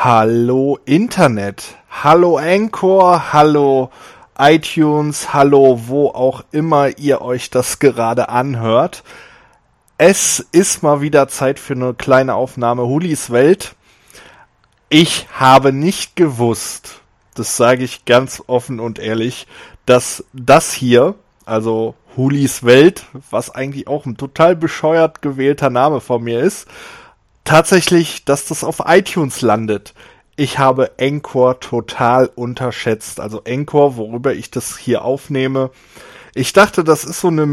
Hallo Internet, hallo Anchor, hallo iTunes, hallo wo auch immer ihr euch das gerade anhört. Es ist mal wieder Zeit für eine kleine Aufnahme Hulis Welt. Ich habe nicht gewusst, das sage ich ganz offen und ehrlich, dass das hier, also Hulis Welt, was eigentlich auch ein total bescheuert gewählter Name von mir ist, tatsächlich, dass das auf iTunes landet. Ich habe Anchor total unterschätzt. Also Anchor, worüber ich das hier aufnehme. Ich dachte, das ist so eine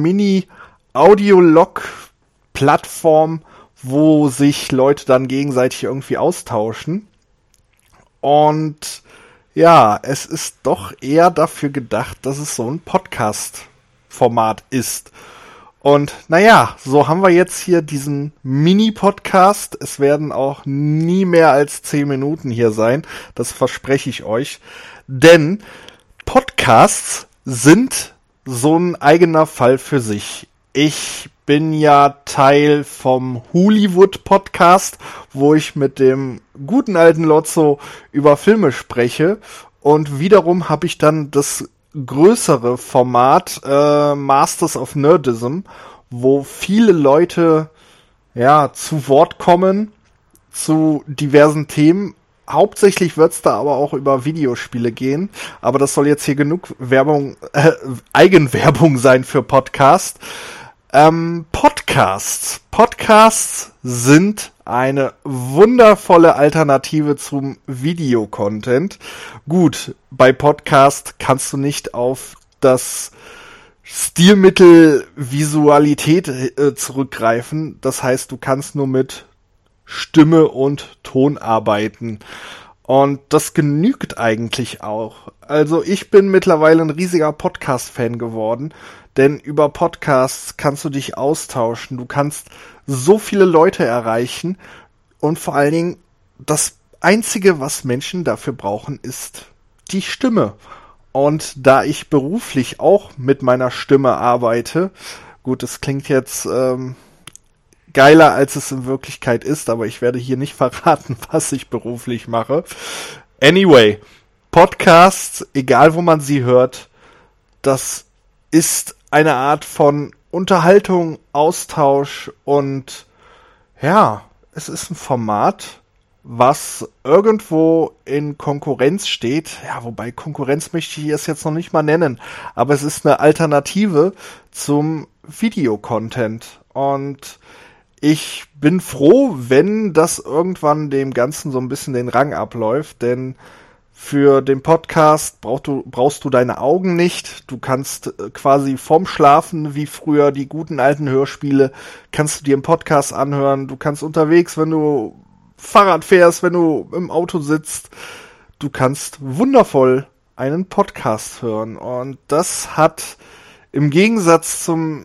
Mini-Audiolog-Plattform, wo sich Leute dann gegenseitig irgendwie austauschen. Und ja, es ist doch eher dafür gedacht, dass es so ein Podcast-Format ist. Und naja, so haben wir jetzt hier diesen Mini-Podcast. Es werden auch nie mehr als 10 Minuten hier sein. Das verspreche ich euch. Denn Podcasts sind so ein eigener Fall für sich. Ich bin ja Teil vom Hollywood-Podcast, wo ich mit dem guten alten Lotso über Filme spreche. Und wiederum habe ich dann das größere Format Masters of Nerdism, wo viele Leute zu Wort kommen zu diversen Themen. Hauptsächlich wird's da aber auch über Videospiele gehen, aber das soll jetzt hier genug Eigenwerbung sein für Podcast. Podcasts sind eine wundervolle Alternative zum Videocontent. Gut, bei Podcast kannst du nicht auf das Stilmittel Visualität zurückgreifen. Das heißt, du kannst nur mit Stimme und Ton arbeiten. Und das genügt eigentlich auch. Also ich bin mittlerweile ein riesiger Podcast-Fan geworden, denn über Podcasts kannst du dich austauschen, du kannst so viele Leute erreichen und vor allen Dingen das Einzige, was Menschen dafür brauchen, ist die Stimme. Und da ich beruflich auch mit meiner Stimme arbeite, gut, das klingt jetzt geiler, als es in Wirklichkeit ist, aber ich werde hier nicht verraten, was ich beruflich mache. Anyway, Podcasts, egal wo man sie hört, das ist eine Art von Unterhaltung, Austausch und ja, es ist ein Format, was irgendwo in Konkurrenz steht. Ja, wobei Konkurrenz möchte ich es jetzt noch nicht mal nennen, aber es ist eine Alternative zum Videocontent und ich bin froh, wenn das irgendwann dem Ganzen so ein bisschen den Rang abläuft, denn für den Podcast brauchst du deine Augen nicht. Du kannst quasi vorm Schlafen, wie früher die guten alten Hörspiele, kannst du dir einen Podcast anhören. Du kannst unterwegs, wenn du Fahrrad fährst, wenn du im Auto sitzt, du kannst wundervoll einen Podcast hören. Und das hat im Gegensatz zum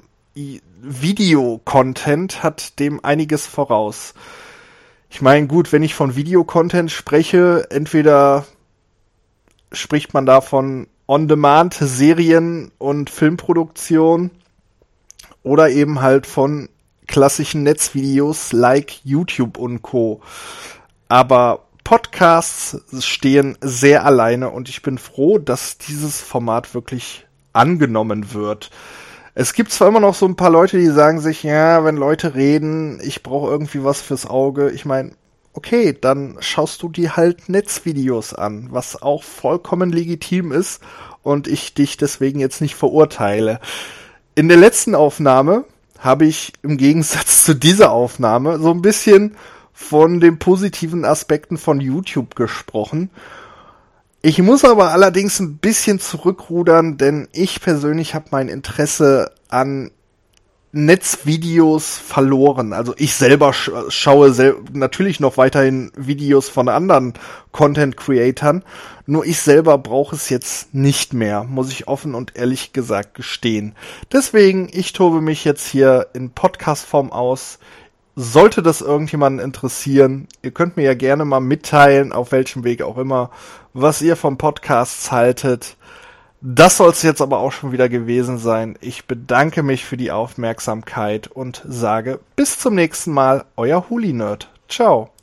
Videocontent hat dem einiges voraus. Ich meine, gut, wenn ich von Videocontent spreche, entweder spricht man da von On-Demand-Serien und Filmproduktion oder eben halt von klassischen Netzvideos like YouTube und Co. Aber Podcasts stehen sehr alleine und ich bin froh, dass dieses Format wirklich angenommen wird. Es gibt zwar immer noch so ein paar Leute, die sagen sich, ja, wenn Leute reden, ich brauche irgendwie was fürs Auge. Ich meine, okay, dann schaust du dir halt Netzvideos an, was auch vollkommen legitim ist und ich dich deswegen jetzt nicht verurteile. In der letzten Aufnahme habe ich im Gegensatz zu dieser Aufnahme so ein bisschen von den positiven Aspekten von YouTube gesprochen. Ich muss aber allerdings ein bisschen zurückrudern, denn ich persönlich habe mein Interesse an Netzvideos verloren. Also ich selber schaue natürlich noch weiterhin Videos von anderen Content-Creatern, nur ich selber brauche es jetzt nicht mehr, muss ich offen und ehrlich gesagt gestehen. Deswegen, ich tobe mich jetzt hier in Podcast-Form aus. Sollte das irgendjemanden interessieren, ihr könnt mir ja gerne mal mitteilen, auf welchem Weg auch immer, was ihr vom Podcasts haltet. Das soll es jetzt aber auch schon wieder gewesen sein. Ich bedanke mich für die Aufmerksamkeit und sage bis zum nächsten Mal, euer Huli-Nerd. Ciao.